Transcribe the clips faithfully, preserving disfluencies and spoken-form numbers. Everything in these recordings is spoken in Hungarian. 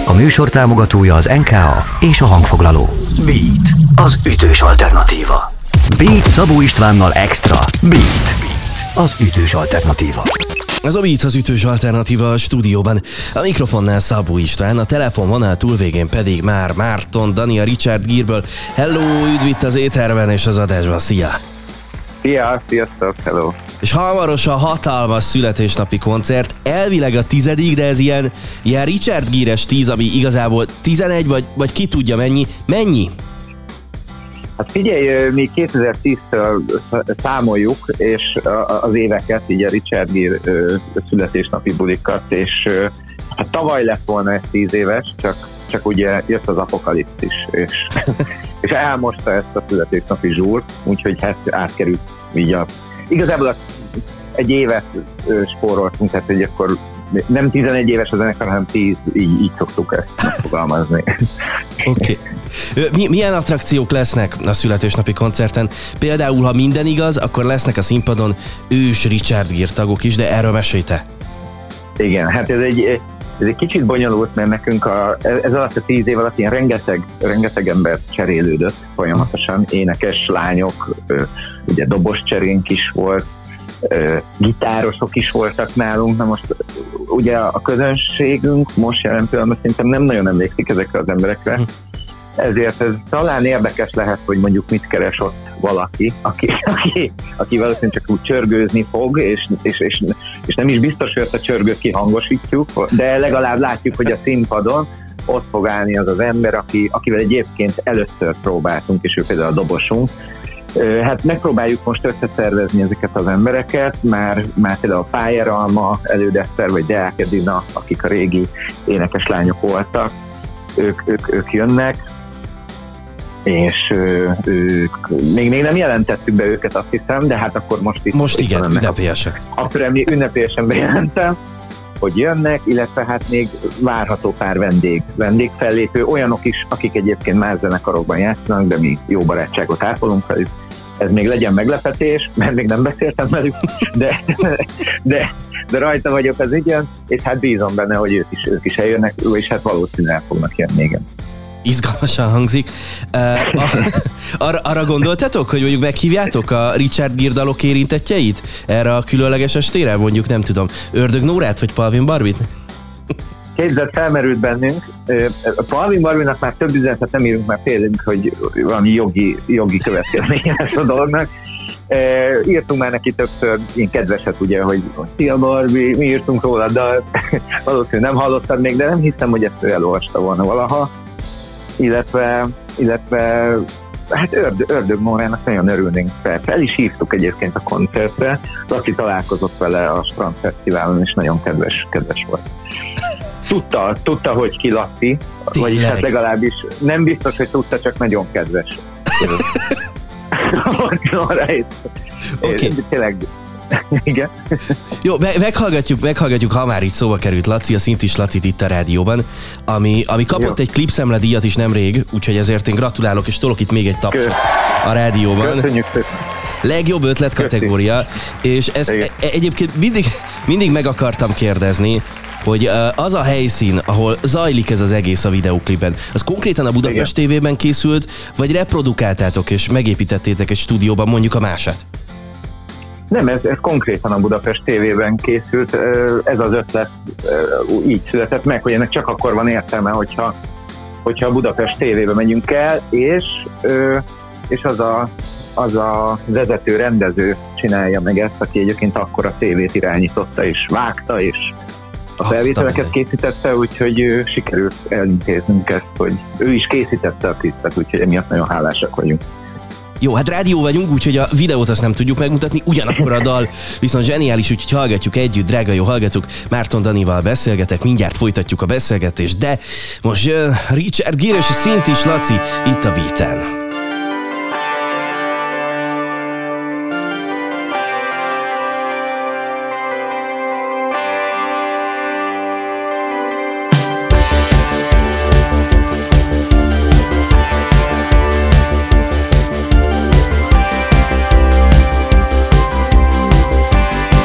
A műsor támogatója az en ká á és a hangfoglaló. Beat, az ütős alternatíva. Beat Szabó Istvánnal extra. Beat, az ütős alternatíva. Az a Beat az ütős alternatíva a stúdióban. A mikrofonnál Szabó István, a telefonvonal túlvégén pedig már Márton Dani a Richard Gearből. Hello, üdv itt az éterben és az adásban, szia! Szia, sziasztok, hello! És hamarosan hatalmas születésnapi koncert, elvileg a tizedik, de ez ilyen, ilyen Richard Gere-es tíz, ami igazából tizenegy, vagy, vagy ki tudja mennyi. Mennyi? Hát figyelj, mi kétezer-tíztől számoljuk, és az éveket, így a Richard Gere születésnapi bulikat, és hát tavaly lett volna ez tíz éves, csak, csak ugye jött az apokalipszis, és, és elmosta ezt a születésnapi zsúrt, úgyhogy hát átkerült így a... Igazából egy évet spóroltunk, tehát hogy akkor nem tizenegy éves a zenekar, hanem tíz, így, így szoktuk ezt megfogalmazni. Oké. Okay. Milyen attrakciók lesznek a születésnapi koncerten? Például, ha minden igaz, akkor lesznek a színpadon ős Richard Gere tagok is, de erről mesélj te. Igen, hát ez egy, ez egy kicsit bonyolult, mert nekünk a, ez alatt a tíz év alatt ilyen rengeteg, rengeteg ember cserélődött folyamatosan, énekes lányok, ugye dobos cserénk is volt, gitárosok is voltak nálunk. Na most ugye a közönségünk most jelen pillanatban szerintem nem nagyon emlékszik ezekre az emberekre, ezért ez talán érdekes lehet, hogy mondjuk mit keres ott valaki, aki, aki, aki valószínűleg csak úgy csörgőzni fog, és, és, és, és nem is biztos, hogy ezt a csörgőt kihangosítjuk, de legalább látjuk, hogy a színpadon ott fog állni az az ember, aki, akivel egyébként először próbáltunk, és ő például a dobosunk. Hát megpróbáljuk most összeszervezni ezeket az embereket, már, már például a Pályeralma, Elődeszter vagy Deák Edina, akik a régi énekeslányok voltak, ők, ők, ők jönnek, és ők, még, még nem jelentettük be őket, azt hiszem, de hát akkor most itt... Most itt igen, ünnepélyesek. Akkor még ünnepélyesen bejelentem, hogy jönnek, illetve hát még várható pár vendég, vendégfellépő, olyanok is, akik egyébként már zenekarokban játszanak, de mi jó barátságot ápolunk velük. Ez még legyen meglepetés, mert még nem beszéltem velük, de, de, de rajta vagyok az ügyen, és hát bízom benne, hogy ők is, ők is eljönnek, és hát valószínűleg fognak jönni, igen. Izgalmasan hangzik. Uh, arra, arra gondoltatok, hogy mondjuk meghívjátok a Richard Gere dalok érintettjeit erre a különleges estére? Mondjuk nem tudom, Ördög Nórát vagy Palvin Barbit? Képzeld, felmerült bennünk. A Palvin Barbinak már több üzenetet nem írunk, már félünk, hogy valami jogi, jogi következménye lesz a dolognak. Írtunk már neki többször, én kedveset ugye, hogy szia Barbie, mi írtunk róla, de valószínűleg nem hallottad még, de nem hiszem, hogy ezt ő elolvasta volna valaha. Illetve, illetve hát Ördög, Ördög Nórának nagyon örülnénk fel. Fel is hívtuk egyébként a koncertre, Laci találkozott vele a Strand Fesztiválon, és nagyon kedves, kedves volt. Tudta, tudta, hogy ki Laci, vagyis hát legalábbis nem biztos, hogy tudta, csak nagyon kedves. Oké. Tényleg, igen. Jó, meghallgatjuk, meghallgatjuk, ha már így szóba került Laci, a Szintis Lacit itt a rádióban, ami, ami kapott Jó. egy klipszemle díjat is nemrég, úgyhogy ezért én gratulálok, és tolok itt még egy tapsot a rádióban. Köszönjük szépen. Legjobb ötlet kategória, és ezt e- egyébként mindig, mindig meg akartam kérdezni, hogy az a helyszín, ahol zajlik ez az egész a videóklipben, az konkrétan a Budapest té vében készült, vagy reprodukáltátok és megépítettétek egy stúdióban mondjuk a mását? Nem, ez, ez konkrétan a Budapest té vében készült, ez az ötlet így született meg, hogy ennek csak akkor van értelme, hogyha, hogyha a Budapest té vébe megyünk el, és, és az a, az a vezető rendező csinálja meg ezt, aki egyébként akkor a té vét irányította és vágta, és a felvételeket készítette, úgyhogy sikerült elintéznünk ezt, hogy ő is készítette a klipet, úgyhogy emiatt nagyon hálásak vagyunk. Jó, hát rádió vagyunk, úgyhogy a videót azt nem tudjuk megmutatni, ugyanakkor a dal viszont zseniális, úgyhogy hallgatjuk együtt, drága jó hallgatók. Márton Danival beszélgetek, mindjárt folytatjuk a beszélgetést, de most jön Richard Gere és Szintis Laci itt a Beaten.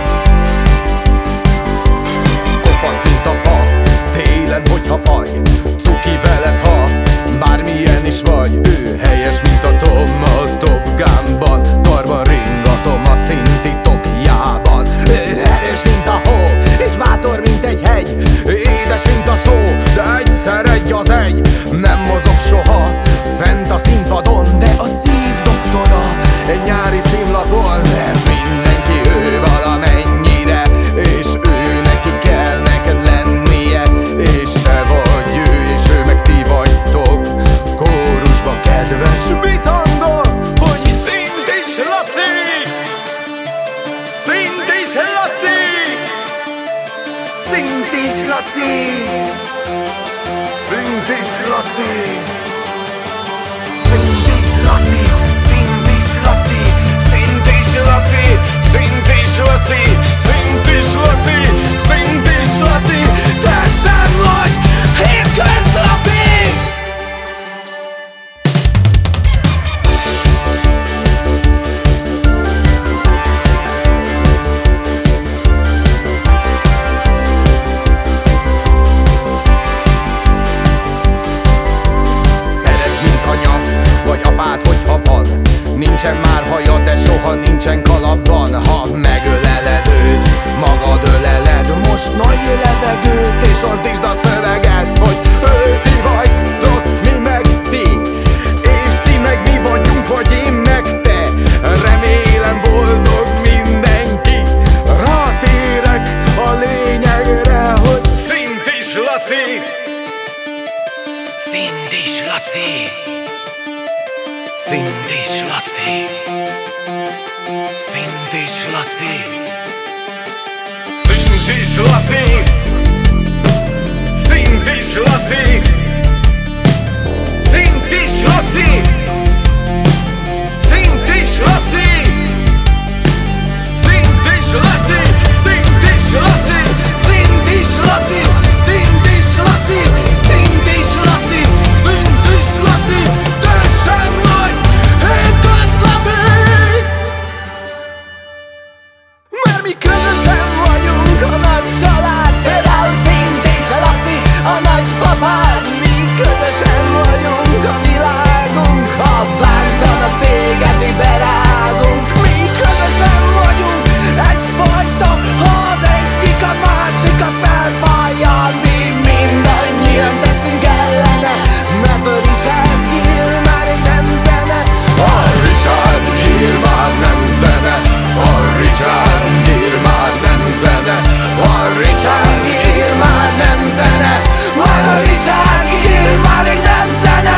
Hogyha faj, Szindis Laci! Szindis Laci! Szindis Laci! Szindis Laci! Szindis Laci! Szindis Laci! Szindis Laci! Te sem vagy hétköznapi! Nincsen már haja, de soha nincsen kalapban. Ha megöleled őt, magad öleled. Most nagy levegőt és ordítsd a szöveget, hogy ő ti vagytok, mi meg ti, és ti meg mi vagyunk, vagy én meg te. Remélem boldog mindenki. Rátérek a lényegre, hogy Szindis Laci! Szindis Laci! Szindis Laci! Szindis Laci! Szindis Laci! Szindis Laci! Szindis Laci! Szindis Laci! Szindis Laci! Szindis Laci! Szindis Laci! Szindis Laci! Szindis Laci! Szindis Laci! Te sem vagy hétköznapi! mert mi közösen vagyunk a nagy család. Például Szindis Laci, a nagypapád. Mi közösen vagyunk a világunk. Ha bántanak téged, mi berágunk. Mi közösen vagyunk egyfajta. Ha az egyik a másikat felfalja, mi mindannyian teszünk ellene. Mert a Richard Gere már nem zene. A Richard Gere már nem zene. A Richard Gere már nem zene. A Richard Gere már nem zene. Már a Richard Gere már nem zene.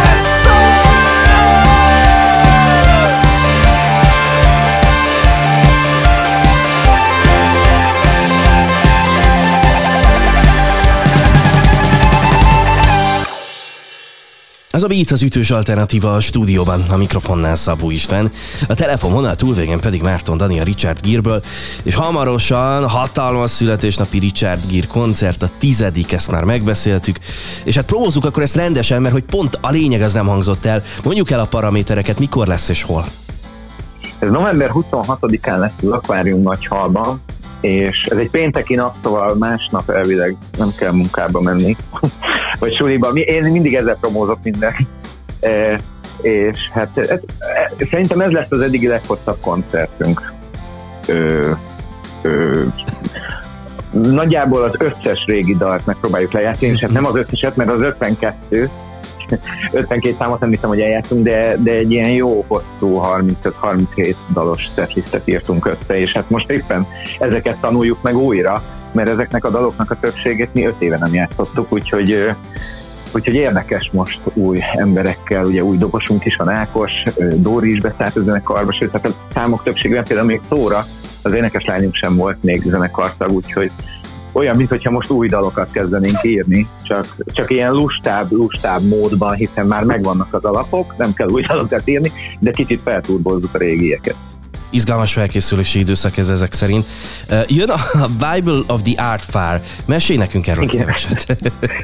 Ez a Beat az ütős alternatíva a stúdióban, a mikrofonnál Szabó István, a telefonvonal túlvégen pedig Márton Dani a Richard Gere-ből, és hamarosan hatalmas születésnapi Richard Gere koncert, a tizedik, ezt már megbeszéltük, és hát promózzuk akkor ezt rendesen, mert hogy pont a lényeg az nem hangzott el. Mondjuk el a paramétereket, mikor lesz és hol. Ez november huszonhatodikán lesz az Akvárium Nagyhalban, és ez egy pénteki nap, szóval másnap elvileg nem kell munkába menni, vagy suliba. Én mindig ezzel promózok minden. E, és hát ez, e, szerintem ez lesz az eddigi leghosszabb koncertünk. Ö, ö, nagyjából az összes régi dalt megpróbáljuk lejátszani, és hát nem az összeset, mert az ötvenkettő, ötvenkét számot nem hiszem, hogy eljátszunk, de, de egy ilyen jó hosszú harmincöt-harminchét dalos setlistet írtunk össze, és hát most éppen ezeket tanuljuk meg újra, mert ezeknek a daloknak a többségét mi öt éve nem játszottuk, úgyhogy, úgyhogy érdekes most új emberekkel, ugye új dobosunk is van, Ákos, Dóri is beszállt a zenekarba, sőt, tehát a számok többségében például még Szóra, az énekeslányunk sem volt még zenekartag, úgyhogy olyan, mintha most új dalokat kezdenénk írni, csak, csak ilyen lustább, lustább módban, hiszen már megvannak az alapok, nem kell új dalokat írni, de kicsit felturbozzuk a régieket. Izgalmas felkészülési időszak ez ezek szerint. Jön a Bible of the Art Fair. Mesélj nekünk erről keveset.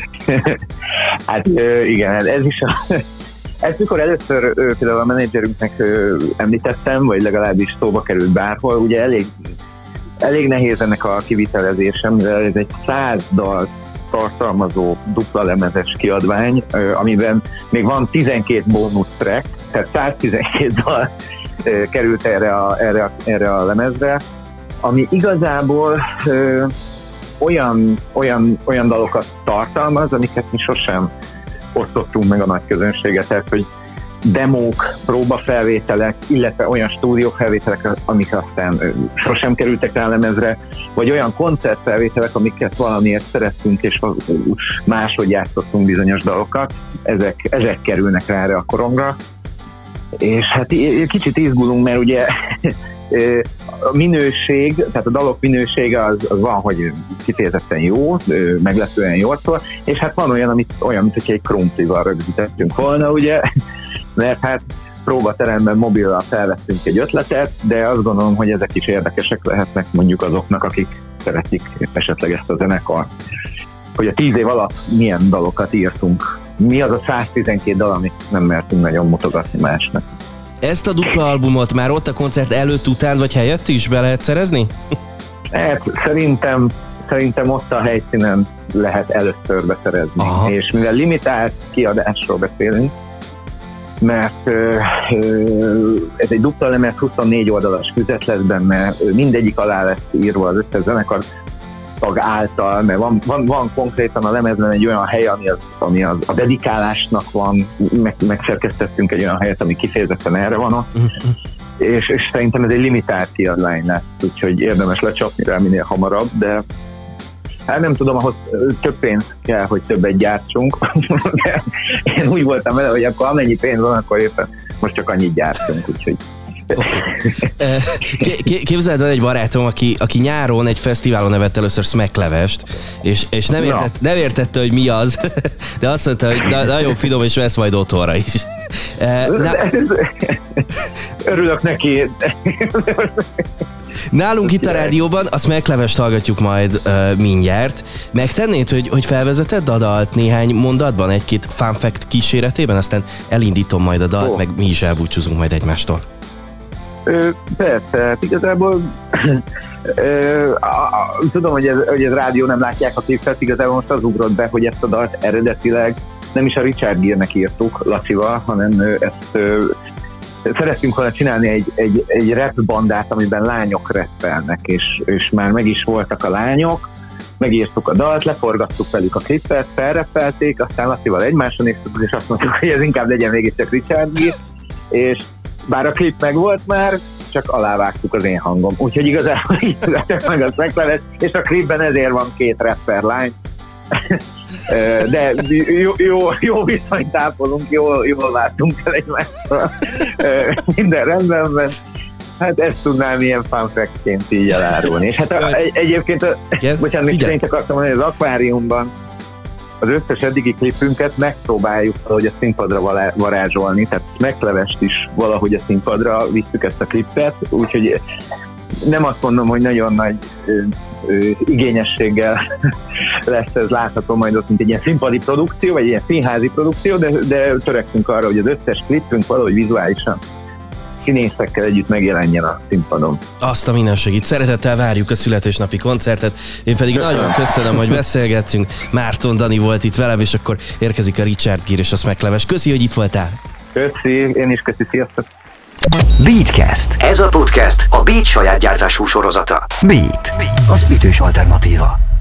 Hát igen, ez is a... Ezt mikor először például a menedzserünknek említettem, vagy legalábbis szóba került bárhol, ugye elég Elég nehéz ennek a kivitelezése, mivel ez egy száz dalt tartalmazó dupla lemezes kiadvány, amiben még van tizenkét bónusz track, tehát száztizenkét dal került erre a, erre, a, erre a lemezre, ami igazából ö, olyan, olyan, olyan dalokat tartalmaz, amiket mi sosem osztottunk meg a nagy közönséget, tehát hogy demók, próbafelvételek, illetve olyan stúdiófelvételek, amik aztán sosem kerültek rá lemezre, vagy olyan koncertfelvételek, amiket valamiért szerettünk, és máshogy játszottunk bizonyos dalokat, ezek, ezek kerülnek rá erre a koromra. És hát kicsit izgulunk, mert ugye A minőség, tehát a dalok minősége az, az van, hogy kifejezetten jó, meglepően jól szól, és hát van olyan, amit, olyan, mint hogy egy krumplival rögzítettünk volna, ugye, mert hát próbateremben mobillal felvettünk egy ötletet, de azt gondolom, hogy ezek is érdekesek lehetnek mondjuk azoknak, akik szeretik esetleg ezt a zenekart. Hogy a tíz év alatt milyen dalokat írtunk. Mi az a száztizenkét dal, amit nem mertünk nagyon mutogatni másnak. Ezt a dupla albumot már ott a koncert előtt, után vagy helyett is be lehet szerezni? Hát, szerintem, szerintem ott a helyszínen lehet először beszerezni. Aha. És mivel limitált kiadásról beszélünk, mert ö, ö, ez egy dupla lemez, huszonnégy oldalas füzet lesz benne, mindegyik alá lesz írva az összes zenekar tag által, mert van, van, van konkrétan a lemezben egy olyan hely, ami, az, ami az, a dedikálásnak van, meg, megszerkesztettünk egy olyan helyet, ami kifejezetten erre van ott, és, és szerintem ez egy limitált kiadvány lesz, úgyhogy érdemes lecsapni rá minél hamarabb, de hát nem tudom, ahhoz több pénz kell, hogy többet gyártsunk, de én úgy voltam vele, hogy akkor amennyi pénz van, akkor éppen most csak annyit gyártunk, úgyhogy Képzeld, van egy barátom, aki, aki nyáron egy fesztiválon evett először smacklevest, és, és nem, értett, nem értette, hogy mi az, de azt mondta, hogy na, nagyon finom, és vesz majd otthonra is. Na, örülök neki. Nálunk itt a rádióban a smacklevest hallgatjuk majd uh, mindjárt. Megtennéd, hogy, hogy felvezeted a dalt néhány mondatban, egy-két fun fact kíséretében, aztán elindítom majd a dalt, oh. meg mi is elbúcsúzunk majd egymástól. Ö, persze, hát igazából ö, a, a, tudom, hogy ez, hogy ez rádió nem látják a képet, igazából most az ugrott be, hogy ezt a dalt eredetileg nem is a Richard Gere-nek írtuk Lacival, hanem ö, ezt ö, szerettünk volna csinálni egy, egy, egy rap bandát, amiben lányok rappelnek, és, és már meg is voltak a lányok, megírtuk a dalt, leforgattuk velük a klipet, felreppelték, aztán Lacival egymásra néztük, és azt mondtuk, hogy ez inkább legyen mégiscsak Richard Gere, és bár a klip meg volt már, csak alávágtuk az én hangom. Úgyhogy igazából így született meg a Smacklevest, és a klipben ezért van két rapper lány. De jó, jó, jó viszonyt ápolunk, jól, jól váltunk el egymásra. Minden rendben van. Hát ezt tudnám ilyen fun fact-ként így elárulni. És hát a, egy, egyébként, a, bocsánat, még szerint akartam mondani, hogy az akváriumban az összes eddigi klipünket megpróbáljuk valahogy a színpadra varázsolni, tehát Smacklevest is valahogy a színpadra visszük ezt a klippet, úgyhogy nem azt mondom, hogy nagyon nagy ö, ö, igényességgel lesz ez látható majd ott, mint egy ilyen színpadi produkció, vagy egy ilyen színházi produkció, de, de törekszünk arra, hogy az összes klipünk valahogy vizuálisan színészekkel együtt megjelenjen a színpadon. Azt a mindenségét. Szeretettel várjuk a születésnapi koncertet. Én pedig köszönöm. Nagyon köszönöm, hogy beszélgetszünk. Márton Dani volt itt velem, és akkor érkezik a Richard Gere és a Smacklevest. Köszi, hogy itt voltál. Köszi, én is köszi, sziasztok. Beatcast. Ez a podcast a Beat saját gyártású sorozata. Beat, az ütős alternatíva.